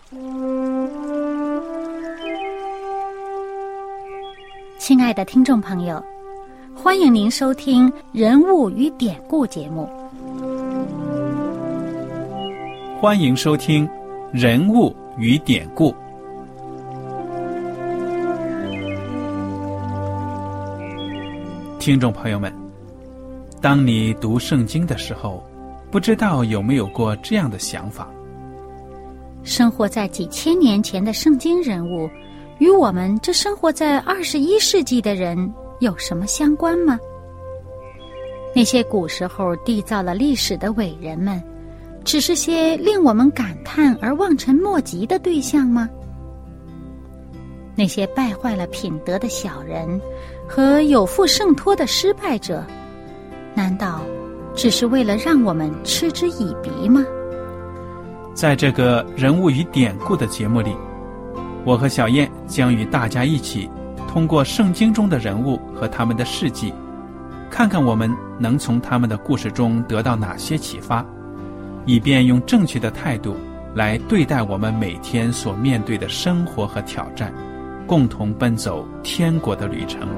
亲爱的听众朋友，欢迎您收听《人物与典故》节目。 欢迎收听《人物与典故》。听众朋友们，当你读圣经的时候，不知道有没有过这样的想法： 生活在几千年前的圣经人物，与我们这生活在21世纪的人有什么相关吗？那些古时候缔造了历史的伟人们，只是些令我们感叹而望尘莫及的对象吗？那些败坏了品德的小人和有负圣托的失败者，难道只是为了让我们嗤之以鼻吗？ 在这个人物与典故的节目里，我和小燕将与大家一起通过圣经中的人物和他们的事迹，看看我们能从他们的故事中得到哪些启发，以便用正确的态度来对待我们每天所面对的生活和挑战，共同奔走天国的旅程。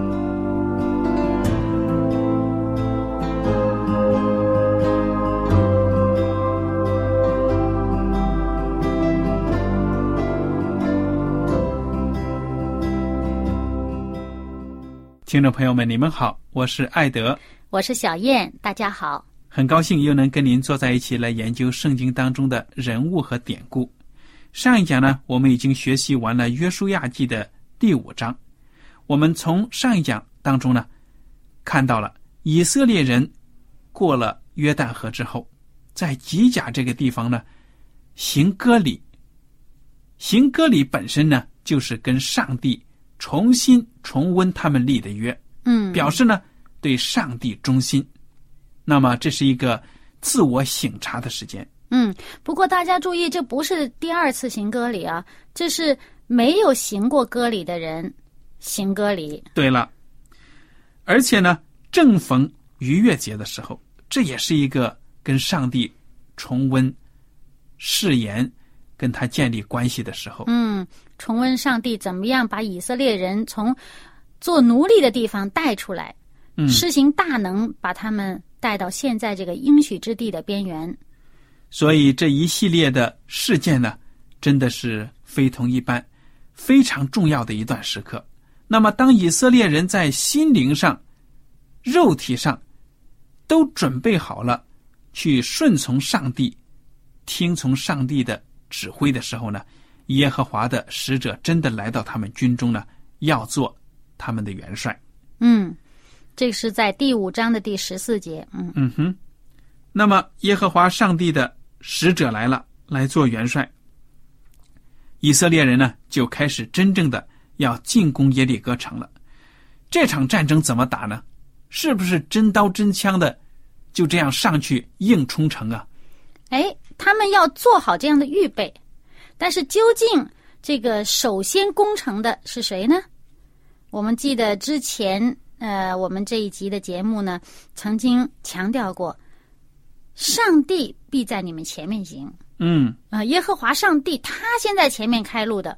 听众朋友们，你们好，我是艾德， 我是小燕，大家好。 很高兴又能跟您坐在一起来研究圣经当中的人物和典故。上一讲呢，我们已经学习完了约书亚记的第5章。我们从上一讲当中呢，看到了以色列人过了约旦河之后，在吉甲这个地方呢，行割礼。行割礼本身呢，就是跟上帝重温他们立的约，表示呢对上帝忠心。那么这是一个自我省察的时间。 不过大家注意，这不是第2次行割礼啊，这是没有行过割礼的人行割礼。 对了，而且呢，正逢逾越节的时候，这也是一个跟上帝重温誓言，跟他建立关系的时候。 重温上帝怎么样把以色列人从做奴隶的地方带出来，施行大能，把他们带到现在这个应许之地的边缘。 所以这一系列的事件呢，真的是非同一般，非常重要的一段时刻。那么当以色列人在心灵上、肉体上都准备好了去顺从上帝，听从上帝的指挥的时候呢，耶和华的使者真的来到他们军中呢，要做他们的元帅。 这是在第5章的第14节。 那么耶和华上帝的使者来了，来做元帅。以色列人呢，就开始真正的要进攻耶利哥城了。这场战争怎么打呢？是不是真刀真枪的就这样上去硬冲城啊？ 他们要做好这样的预备。但是究竟这个首先攻城的是谁呢？我们记得之前我们这一集的节目呢，曾经强调过，上帝必在你们前面行。耶和华上帝他先在前面开路的。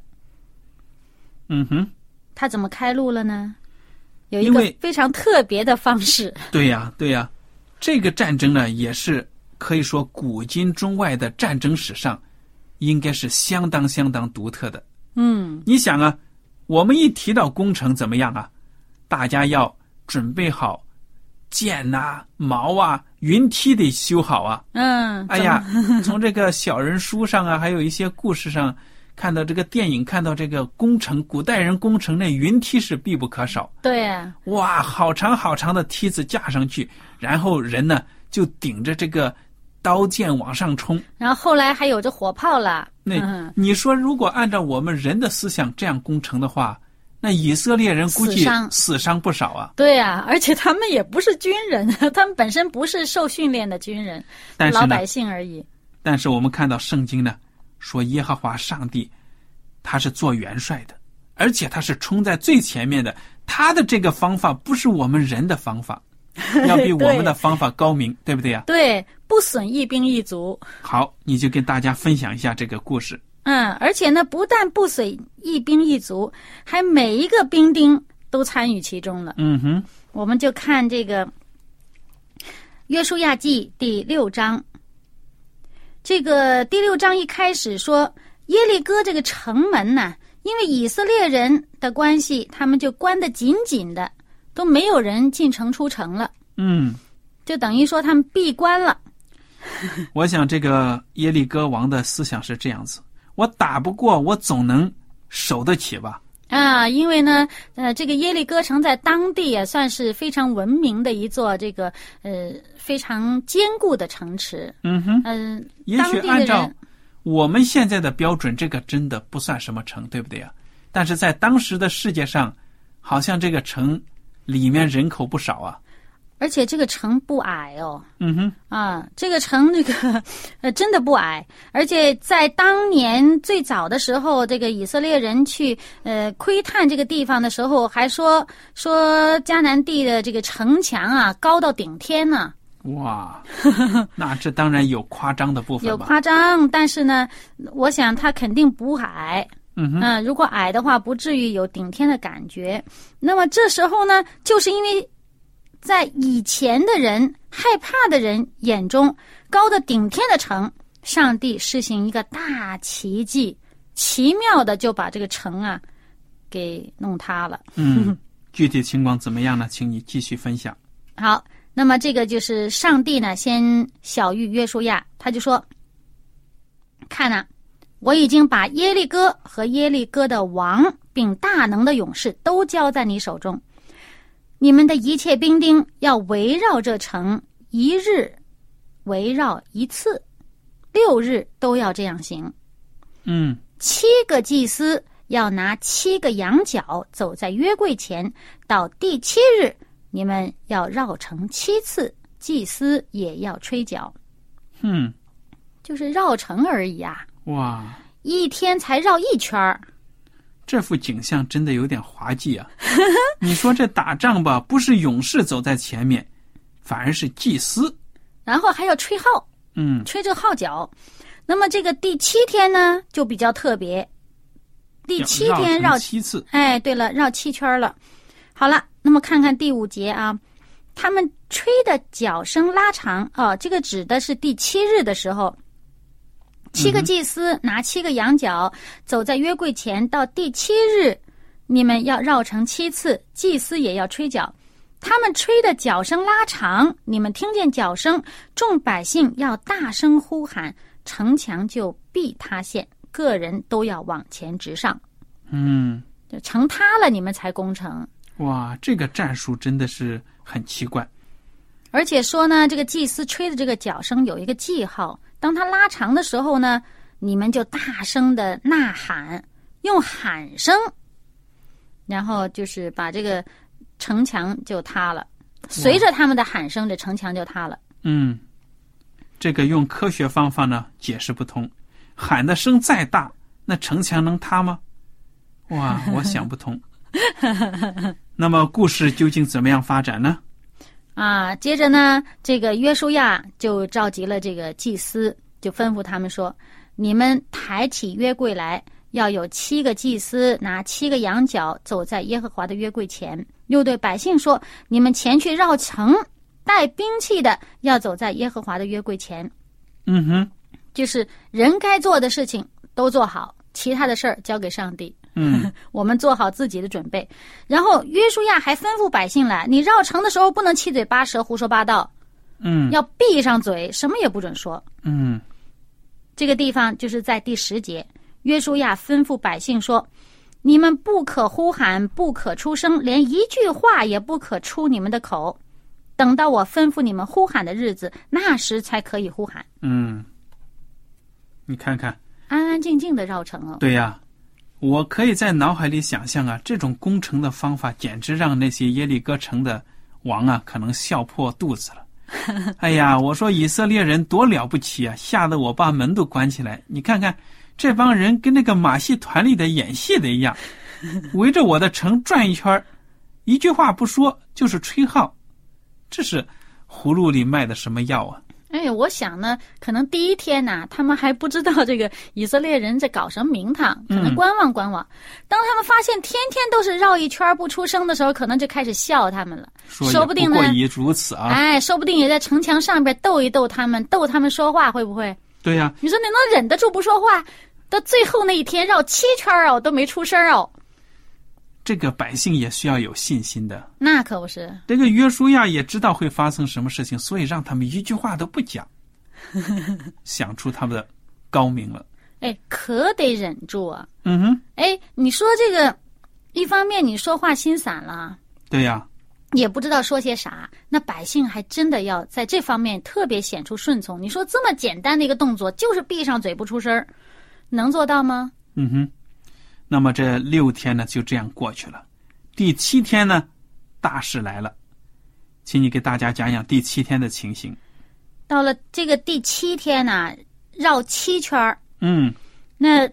他怎么开路了呢？有一个非常特别的方式。 对呀，这个战争呢，也是可以说古今中外的战争史上应该是相当独特的。你想啊，我们一提到攻城怎么样啊？大家要准备好剑啊、矛啊、云梯得修好啊。从这个小人书上啊，还有一些故事上看到，这个电影看到这个攻城，古代人攻城那云梯是必不可少。 对啊， 哇，好长的梯子架上去，然后人呢就顶着这个刀剑往上冲， 然后后来还有这火炮了。 你说如果按照我们人的思想这样攻城的话，那以色列人估计死伤不少啊。 对啊，而且他们也不是军人，他们本身不是受训练的军人，老百姓而已。 但是我们看到圣经呢，说耶和华上帝他是做元帅的，而且他是冲在最前面的，他的这个方法不是我们人的方法，要比我们的方法高明，对不对呀？ 对，不损一兵一卒。 好，你就跟大家分享一下这个故事。 而且呢，不但部属一兵一卒，还每一个兵丁都参与其中了。我们就看这个约书亚记第6章。这个第6章一开始说，耶利哥这个城门呢，因为以色列人的关系，他们就关得紧紧的，都没有人进城出城了。就等于说他们闭关了。 我想这个耶利哥王的思想是这样子，我打不过，我总能守得起吧。 因为呢，这个耶利哥城在当地也算是非常闻名的一座这个非常坚固的城池。 也许按照我们现在的标准，这个真的不算什么城，对不对啊？但是在当时的世界上，好像这个城里面人口不少啊。 而且这个城不矮哦。这个城这个真的不矮，而且在当年最早的时候，这个以色列人去窥探这个地方的时候，还说迦南地的这个城墙啊高到顶天呢。 哇，那这当然有夸张的部分吧？有夸张，但是呢，我想它肯定不矮。如果矮的话，不至于有顶天的感觉。那么这时候呢，就是因为在以前的人害怕的人眼中，高的顶天的城，上帝施行一个大奇迹，奇妙的就把这个城啊给弄塌了。 具体情况怎么样呢？请你继续分享。 好，那么这个就是上帝呢先晓谕约书亚，他就说，看啊，我已经把耶利哥和耶利哥的王并大能的勇士都交在你手中，你们的一切兵丁要围绕这城，一日围绕一次，6日都要这样行。7个祭司要拿7个羊角走在约柜前，到第7日你们要绕城7次，祭司也要吹角。就是绕城而已啊。 哇， 一天才绕1圈。 这幅景象真的有点滑稽啊。你说这打仗吧，不是勇士走在前面，反而是祭司， 然后还要吹号，吹这号角。那么这个第7天呢就比较特别，第7天绕 7次。 对了，绕7圈了。好了，那么看看第5节啊，他们吹的角声拉长这个指的是第7日的时候，7个祭司拿7个羊角走在约柜前，到第7日你们要绕城7次，祭司也要吹角。他们吹的角声拉长，你们听见角声，众百姓要大声呼喊，城墙就必塌陷，个人都要往前直上。城塌了你们才攻城。 哇，这个战术真的是很奇怪。 而且说呢，这个祭司吹的这个角声有一个记号，当他拉长的时候呢，你们就大声的呐喊，用喊声，然后就是把这个城墙就塌了。随着他们的喊声，这城墙就塌了。 这个用科学方法呢解释不通，喊的声再大，那城墙能塌吗？哇，我想不通。那么故事究竟怎么样发展呢？ 接着呢，这个约书亚就召集了这个祭司，就吩咐他们说，你们抬起约柜来，要有7个祭司拿7个羊角走在耶和华的约柜前，又对百姓说，你们前去绕城，带兵器的要走在耶和华的约柜前。就是人该做的事情都做好，其他的事儿交给上帝。我们做好自己的准备。然后约书亚还吩咐百姓来，你绕城的时候不能七嘴八舌胡说八道，要闭上嘴，什么也不准说。这个地方就是在第10节，约书亚吩咐百姓说，你们不可呼喊，不可出声，连一句话也不可出你们的口，等到我吩咐你们呼喊的日子，那时才可以呼喊。 你看看， 安安静静的绕城哦。 对呀，我可以在脑海里想象啊，这种攻城的方法简直让那些耶利哥城的王啊可能笑破肚子了。哎呀，我说以色列人多了不起啊，吓得我把门都关起来。你看看这帮人跟那个马戏团里的演戏的一样，围着我的城转一圈，一句话不说就是吹号，这是葫芦里卖的什么药啊？ 哎，我想呢，可能第一天呢，他们还不知道这个以色列人在搞什么名堂，可能观望观望。当他们发现天天都是绕一圈不出声的时候，可能就开始笑他们了。说不定呢， 不过于如此啊！ 哎，说不定也在城墙上边逗一逗他们，逗他们说话，会不会？ 对呀， 你说你能忍得住不说话？到最后那一天绕7圈哦，都没出声哦。 这个百姓也需要有信心的。 那可不是。 这个约书亚也知道会发生什么事情，所以让他们一句话都不讲，想出他们的高明了。 哎，可得忍住啊。 嗯哼。 哎，你说这个，一方面你说话心散了。 对呀。 也不知道说些啥，那百姓还真的要在这方面特别显出顺从。你说这么简单的一个动作，就是闭上嘴不出声，能做到吗？ 嗯哼。那么这6天呢，就这样过去了。第7天呢，大事来了，请你给大家讲讲第7天的情形。 到了这个第7天呢，绕7圈。那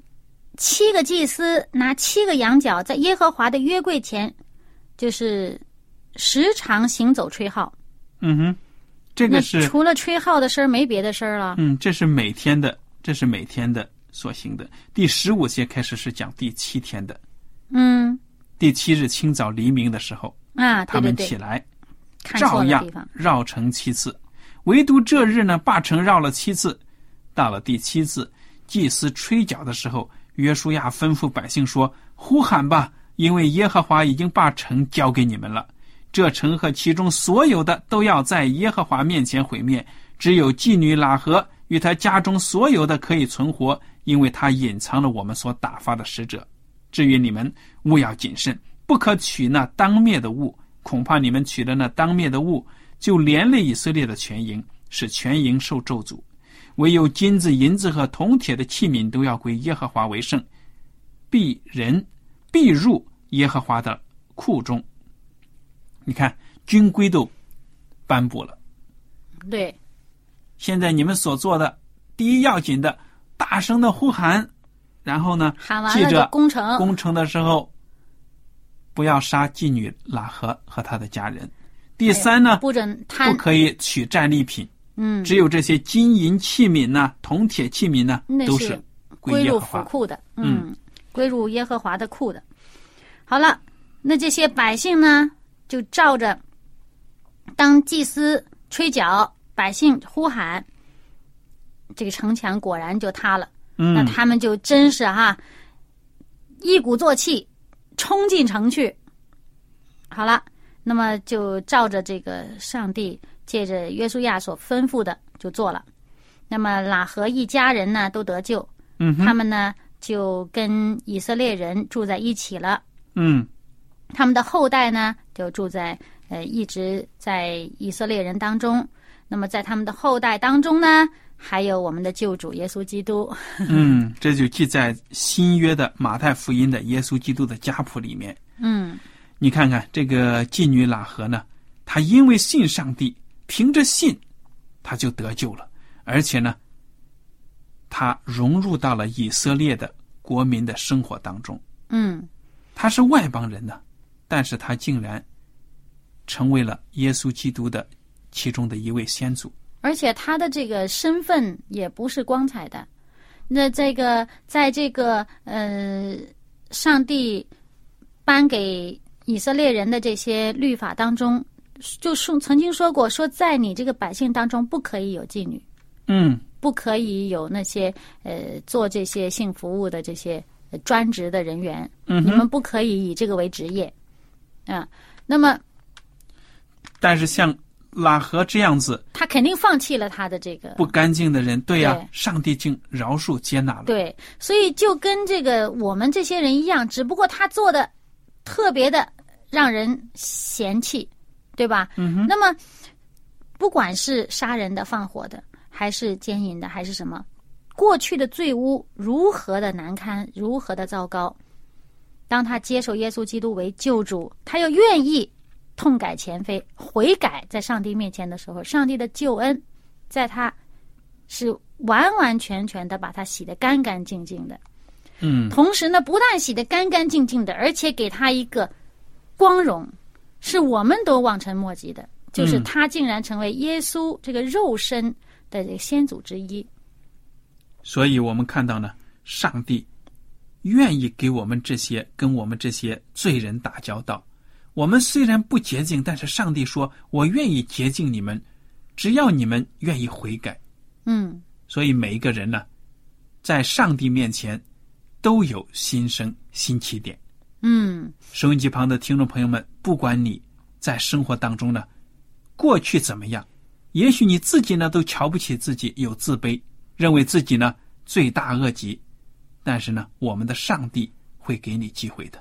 7个祭司拿7个羊角，在耶和华的约柜前，就是时常行走吹号。 嗯哼，这个是除了吹号的声没别的声了。 这是每天的所行的。第15节开始是讲第7天的。第7日清早黎明的时候啊， 他们起来照样绕城7次，唯独这日呢，把城绕了7次。到了第7次，祭司吹角的时候，约书亚吩咐百姓说：呼喊吧，因为耶和华已经把城交给你们了。这城和其中所有的都要在耶和华面前毁灭，只有妓女喇合与他家中所有的可以存活，因为他隐藏了我们所打发的使者。至于你们，务要谨慎，不可取那当灭的物，恐怕你们取了那当灭的物，就连累以色列的全营，使全营受咒诅。唯有金子、银子和铜铁的器皿都要归耶和华为圣，必入耶和华的库中。你看，军规都颁布了。 对， 现在你们所做的第一要紧的，大声的呼喊，然后呢， 喊完了就攻城的时候不要杀妓女喇合和他的家人。第3呢， 不可以取战利品。只有这些金银器皿呢，铜铁器皿呢，都是归入府库的。归入耶和华的库的。好了，那这些百姓呢，就照着当祭司吹角，百姓呼喊，这个城墙果然就塌了。那他们就真是一鼓作气冲进城去。好了，那么就照着这个上帝借着约书亚所吩咐的就做了。那么喇合一家人呢都得救。他们呢就跟以色列人住在一起了。他们的后代呢就住在一直在以色列人当中。那么在他们的后代当中呢，还有我们的救主耶稣基督。 这就记在新约的马太福音的耶稣基督的家谱里面。你看看这个妓女喇合呢，她因为信上帝，凭着信她就得救了，而且呢她融入到了以色列的国民的生活当中。她是外邦人呢，但是她竟然成为了耶稣基督的其中的一位先祖， 而且她的这个身份也不是光彩的。那这个在这个上帝颁给以色列人的这些律法当中，就曾经说过，说在你这个百姓当中不可以有妓女，不可以有那些做这些性服务的这些专职的人员，你们不可以以这个为职业。那么但是像喇合这样子， 他肯定放弃了他的这个不干净的人。对呀，上帝竟饶恕接纳了。 对，所以就跟这个我们这些人一样，只不过他做的特别的让人嫌弃，对吧？那么不管是杀人的、放火的，还是奸淫的，还是什么，过去的罪污如何的难堪，如何的糟糕，当他接受耶稣基督为救主，他又愿意痛改前非，悔改在上帝面前的时候，上帝的救恩在他是完完全全的把他洗得干干净净的。同时呢，不但洗得干干净净的，而且给他一个光荣，是我们都望尘莫及的就是他竟然成为耶稣这个肉身的这个先祖之一。 所以我们看到呢，上帝愿意给我们跟我们这些罪人打交道。我们虽然不洁净，但是上帝说我愿意洁净你们，只要你们愿意悔改。所以每一个人呢，在上帝面前都有新生新起点。收音机旁的听众朋友们，不管你在生活当中呢过去怎么样，也许你自己呢都瞧不起自己，有自卑，认为自己呢罪大恶极，但是呢我们的上帝会给你机会的。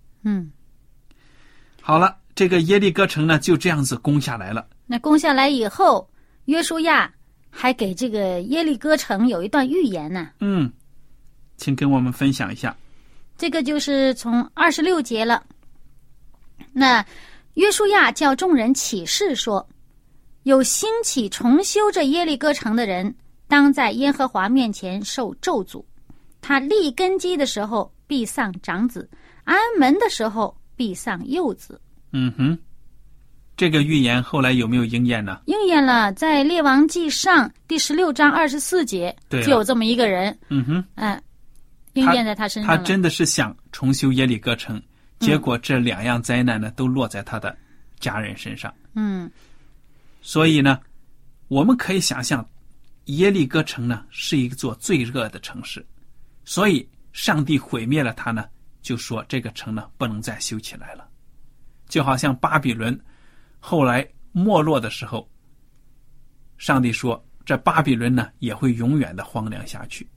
好了，这个耶利哥城呢就这样子攻下来了。 那攻下来以后，约书亚还给这个耶利哥城有一段预言呢。 请跟我们分享一下。 这个就是从26节了。那约书亚叫众人起誓说，有兴起重修这耶利哥城的人，当在耶和华面前受咒诅。他立根基的时候必丧长子，安门的时候必丧幼子。 这个预言后来有没有应验呢？ 应验了，在列王记上第16章24节就有这么一个人。应验在他身上了。 他真的是想重修耶利哥城，结果这两样灾难呢都落在他的家人身上。所以呢我们可以想象耶利哥城呢是一座罪恶的城市，所以上帝毁灭了它呢，就说这个城呢不能再修起来了。就好像巴比伦后来没落的时候，上帝说这巴比伦呢也会永远的荒凉下去。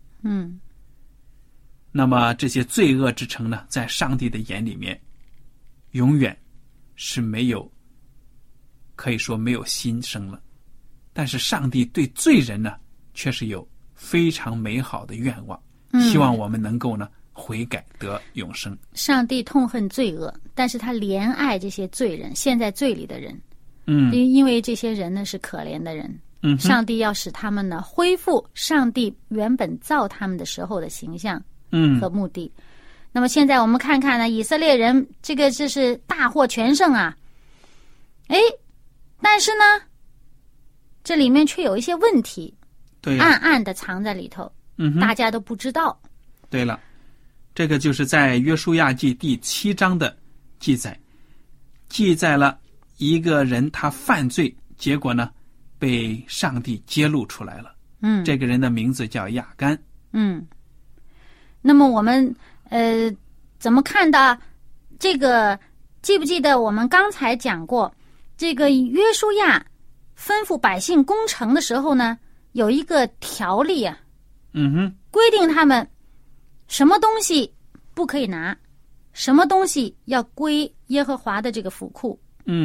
那么这些罪恶之城呢，在上帝的眼里面永远是没有，可以说没有新生了。但是上帝对罪人呢却是有非常美好的愿望，希望我们能够呢悔改得永生。 上帝痛恨罪恶，但是他怜爱这些罪人，陷在罪里的人。因为这些人呢是可怜的人。上帝要使他们呢恢复上帝原本造他们的时候的形象和目的。那么现在我们看看呢，以色列人这是大获全胜啊。但是呢这里面却有一些问题， 对， 暗暗的藏在里头，大家都不知道。 对了，这个就是在约书亚记第7章的记载了一个人他犯罪，结果呢被上帝揭露出来了。这个人的名字叫亚干。 那么我们怎么看到这个？记不记得我们刚才讲过，这个约书亚吩咐百姓攻城的时候呢，有一个条例啊，规定他们什么东西不可以拿，什么东西要归耶和华的这个府库。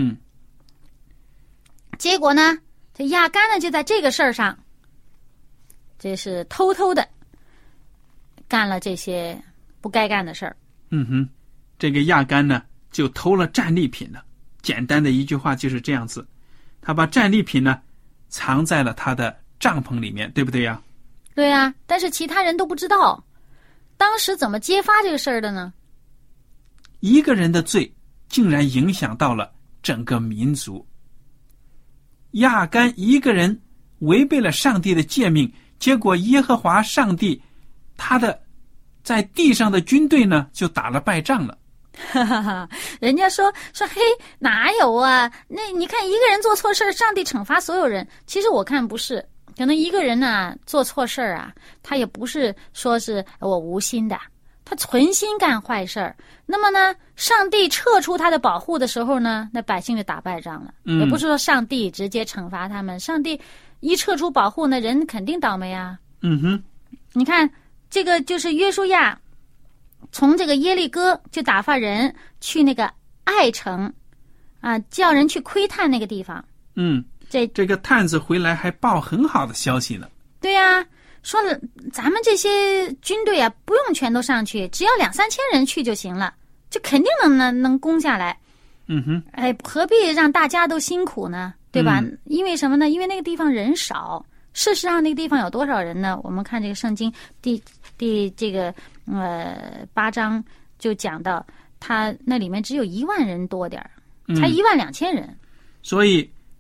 结果呢，这亚干呢就在这个事儿上，这是偷偷的干了这些不该干的事儿。 这个亚干呢就偷了战利品了。简单的一句话就是这样子，他把战利品呢藏在了他的帐篷里面，对不对呀？ 对啊，但是其他人都不知道。当时怎么揭发这个事儿的呢？ 一个人的罪竟然影响到了整个民族。亚干一个人违背了上帝的诫命，结果耶和华上帝他的在地上的军队呢就打了败仗了。 人家说嘿，哪有啊？那你看一个人做错事，上帝惩罚所有人。其实我看不是，可能一个人呢做错事啊，他也不是说是我无心的，他存心干坏事儿。那么呢，上帝撤出他的保护的时候呢，那百姓就打败仗了。也不是说上帝直接惩罚他们，上帝一撤出保护，那人肯定倒霉啊。你看这个就是约书亚从这个耶利哥就打发人去那个爱城啊，叫人去窥探那个地方。这个探子回来还报很好的消息呢。 对啊，说了咱们这些军队啊不用全都上去，只要2-3千人去就行了，就肯定能攻下来。何必让大家都辛苦呢？对吧？因为什么呢？因为那个地方人少。事实上那个地方有多少人呢？我们看这个圣经第这个8章就讲到，他那里面只有1万人多点儿，才12000人。 所以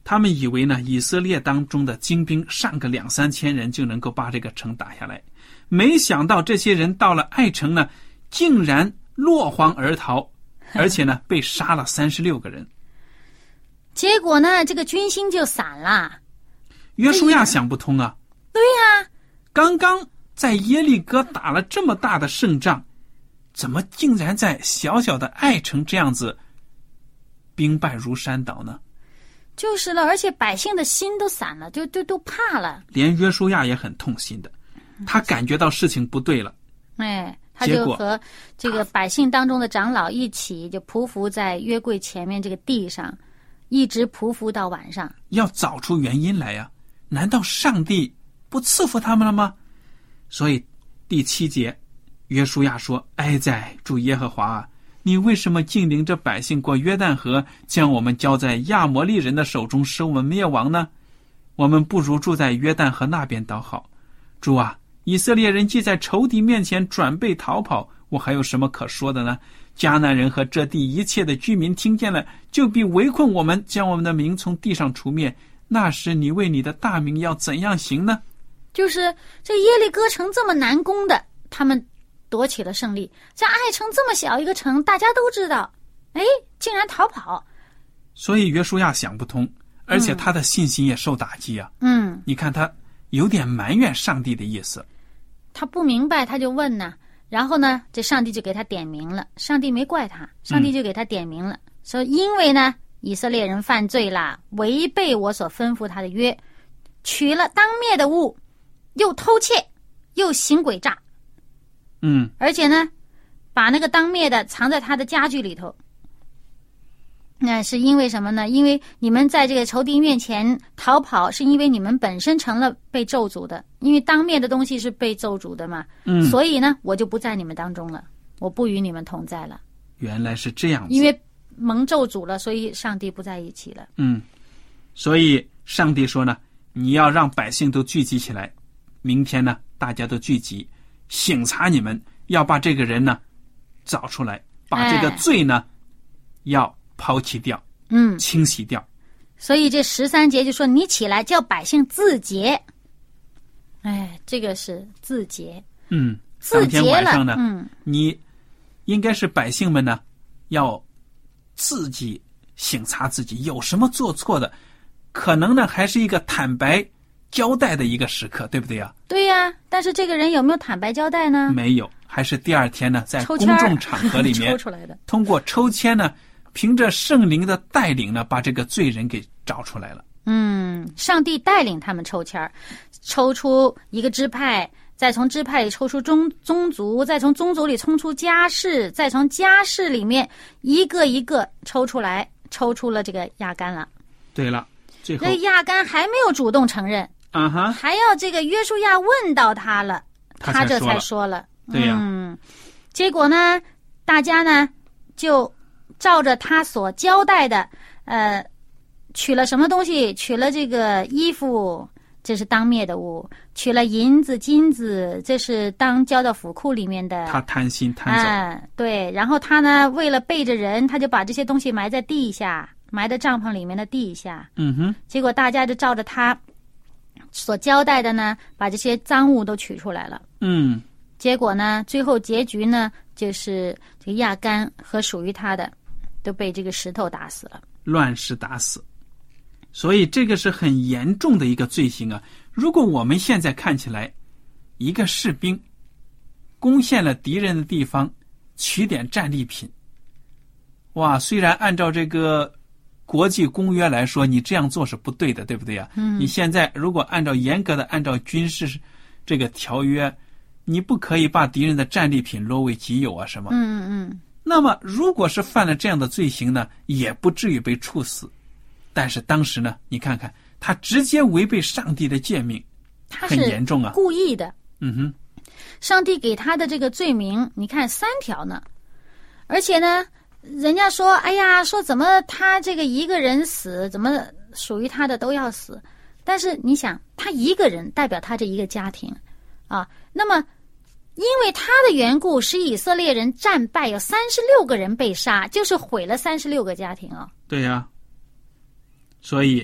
他们以为呢，以色列当中的精兵上个2-3千人就能够把这个城打下来，没想到这些人到了爱城呢，竟然落荒而逃，而且呢，被杀了36个人。 结果呢，这个军心就散了。 约书亚想不通啊， 对呀， 刚刚在耶利哥打了这么大的胜仗，怎么竟然在小小的爱城这样子兵败如山倒呢？ 就是了，而且百姓的心都散了，就都怕了。 连约书亚也很痛心的，他感觉到事情不对了。 他就和这个百姓当中的长老一起，就匍匐在约柜前面这个地上，一直匍匐到晚上， 要找出原因来呀。难道上帝不赐福他们了吗？所以第7节，约书亚说：哀哉，主耶和华啊，你为什么竟领着百姓过约旦河，将我们交在亚摩利人的手中，使我们灭亡呢？我们不如住在约旦河那边倒好。主啊，以色列人既在仇敌面前转背逃跑，我还有什么可说的呢？迦南人和这地一切的居民听见了，就必围困我们，将我们的名从地上除灭。那时你为你的大名要怎样行呢？ 就是这耶利哥城这么难攻的，他们夺取了胜利。这爱城这么小一个城，大家都知道，竟然逃跑。 所以约书亚想不通，而且他的信心也受打击啊。你看他有点埋怨上帝的意思。 他不明白，他就问呢，然后呢，这上帝就给他点名了。上帝没怪他，上帝就给他点名了，说因为呢，以色列人犯罪了，违背我所吩咐他的约，取了当灭的物，又偷窃，又行诡诈。而且呢，把那个当灭的藏在他的家具里头。那是因为什么呢？因为你们在这个仇敌面前逃跑，是因为你们本身成了被咒诅的，因为当灭的东西是被咒诅的嘛。所以呢，我就不在你们当中了，我不与你们同在了。 原来是这样子。 因为蒙咒诅了，所以上帝不在一起了。 所以上帝说呢，你要让百姓都聚集起来，明天呢，大家都聚集，省察你们，要把这个人呢找出来，把这个罪呢要抛弃掉，清洗掉。 所以这13节就说，你起来叫百姓自洁。这个是自洁。 当天晚上呢，你应该是百姓们呢要自己省察自己有什么做错的，可能呢还是一个坦白交代的一个时刻，对不对啊？ 对呀，但是这个人有没有坦白交代呢？ 没有，还是第二天呢，在公众场合里面抽出来的， 通过抽签呢，凭着圣灵的带领呢，把这个罪人给找出来了。 上帝带领他们抽签，抽出一个支派，再从支派里抽出宗族，再从宗族里抽出家世，再从家世里面一个一个抽出来，抽出了这个亚干了。 对了，最后这亚干还没有主动承认，还要这个约书亚问到他了，他这才说了。 对呀。 结果呢，大家呢就照着他所交代的，取了什么东西？取了这个衣服，这是当灭的物；取了银子、金子，这是当交到府库里面的。 他贪心贪走。 对。然后他呢，为了背着人，他就把这些东西埋在地下，埋在帐篷里面的地下。结果大家就照着他所交代的呢，把这些赃物都取出来了。结果呢，最后结局呢，就是这个亚干和属于他的都被这个石头打死了， 乱石打死。所以这个是很严重的一个罪行啊！如果我们现在看起来，一个士兵攻陷了敌人的地方，取点战利品，哇，虽然按照这个国际公约来说，你这样做是不对的，对不对啊？你现在如果严格的按照军事这个条约，你不可以把敌人的战利品落为己有啊什么。那么如果是犯了这样的罪行呢，也不至于被处死。但是当时呢，你看看他直接违背上帝的诫命，很严重啊， 故意的。上帝给他的这个罪名，你看3条呢，而且呢，人家说，哎呀，说怎么他这个一个人死，怎么属于他的都要死？但是你想，他一个人代表他这一个家庭啊，那么因为他的缘故，使以色列人战败，有36个人被杀，就是毁了36个家庭啊。 对呀。所以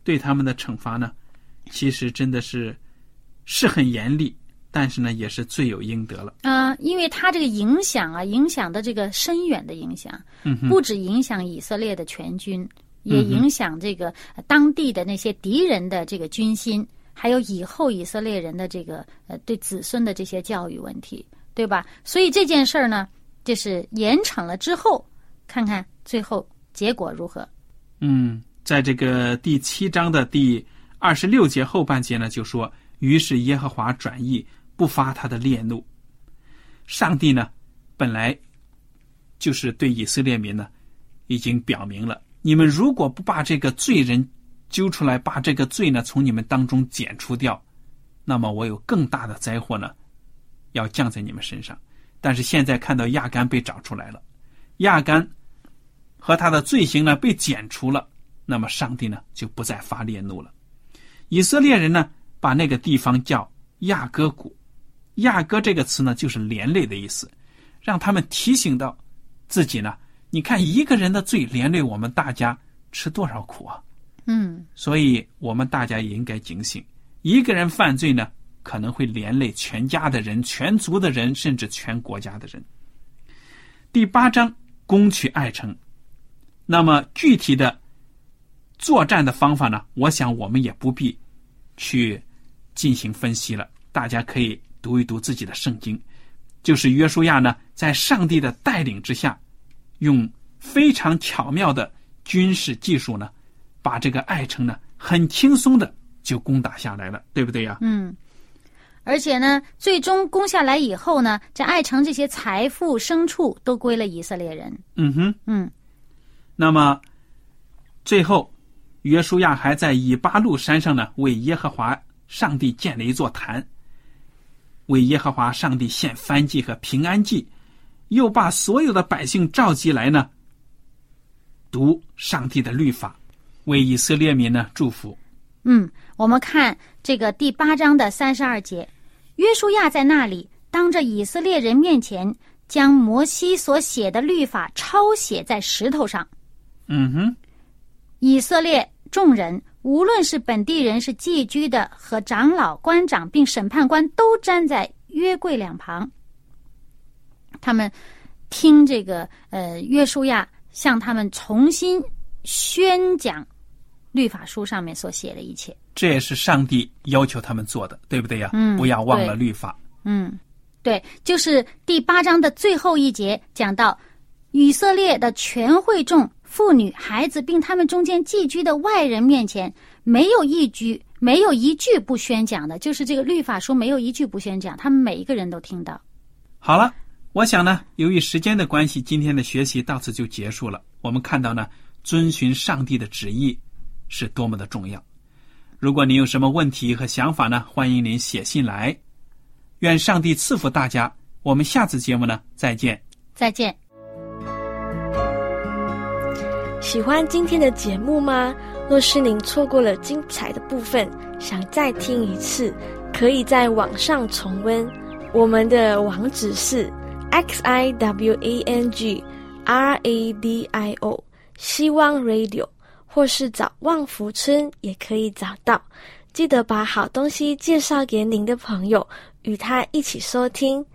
对他们的惩罚呢，其实真的是很严厉，但是呢也是罪有应得了。 因为他这个影响的这个深远的影响，不只影响以色列的全军，也影响这个当地的那些敌人的这个军心，还有以后以色列人的这个对子孙的这些教育问题，对吧？所以这件事儿呢，就是严惩了之后，看看最后结果如何。 在这个第7章的第26节后半节呢，就说，于是耶和华转意，不发他的烈怒。上帝呢，本来就是对以色列民呢，已经表明了，你们如果不把这个罪人揪出来，把这个罪呢从你们当中剪除掉，那么我有更大的灾祸呢，要降在你们身上。但是现在看到亚干被找出来了，亚干和他的罪行呢被剪除了，那么上帝呢就不再发烈怒了。以色列人呢把那个地方叫亚割谷，亚割这个词呢就是连累的意思，让他们提醒到自己呢，你看一个人的罪连累我们大家吃多少苦啊。所以我们大家也应该警醒，一个人犯罪呢可能会连累全家的人、全族的人，甚至全国家的人。第8章攻取爱城，那么具体的作战的方法呢，我想我们也不必去进行分析了，大家可以读一读自己的圣经。就是约书亚呢在上帝的带领之下，用非常巧妙的军事技术呢，把这个爱城呢很轻松的就攻打下来了，对不对呀？ 而且呢，最终攻下来以后呢，这爱城这些财富牲畜都归了以色列人。 那么最后约书亚还在以巴路山上呢，为耶和华上帝建了一座坛，为耶和华上帝献燔祭和平安祭，又把所有的百姓召集来呢，读上帝的律法，为以色列民呢祝福。 我们看这个第8章的32节，约书亚在那里当着以色列人面前，将摩西所写的律法抄写在石头上。以色列众人，无论是本地人是寄居的和长老官长并审判官，都站在约柜两旁，他们听这个约书亚向他们重新宣讲律法书上面所写的一切。 这也是上帝要求他们做的，对不对呀？不要忘了律法。 对，就是第8章的最后一节讲到，以色列的全会众、妇女、孩子，并他们中间寄居的外人面前，没有一句不宣讲的，就是这个律法书没有一句不宣讲，他们每一个人都听到。 好了，我想呢，由于时间的关系，今天的学习到此就结束了。我们看到呢，遵循上帝的旨意是多么的重要。如果您有什么问题和想法呢，欢迎您写信来。愿上帝赐福大家，我们下次节目呢再见。 再见。 喜欢今天的节目吗？若是您错过了精彩的部分，想再听一次，可以在网上重温。我们的网址是 xiwangradio 希望 radio， 或是找旺福村也可以找到。记得把好东西介绍给您的朋友，与他一起收听。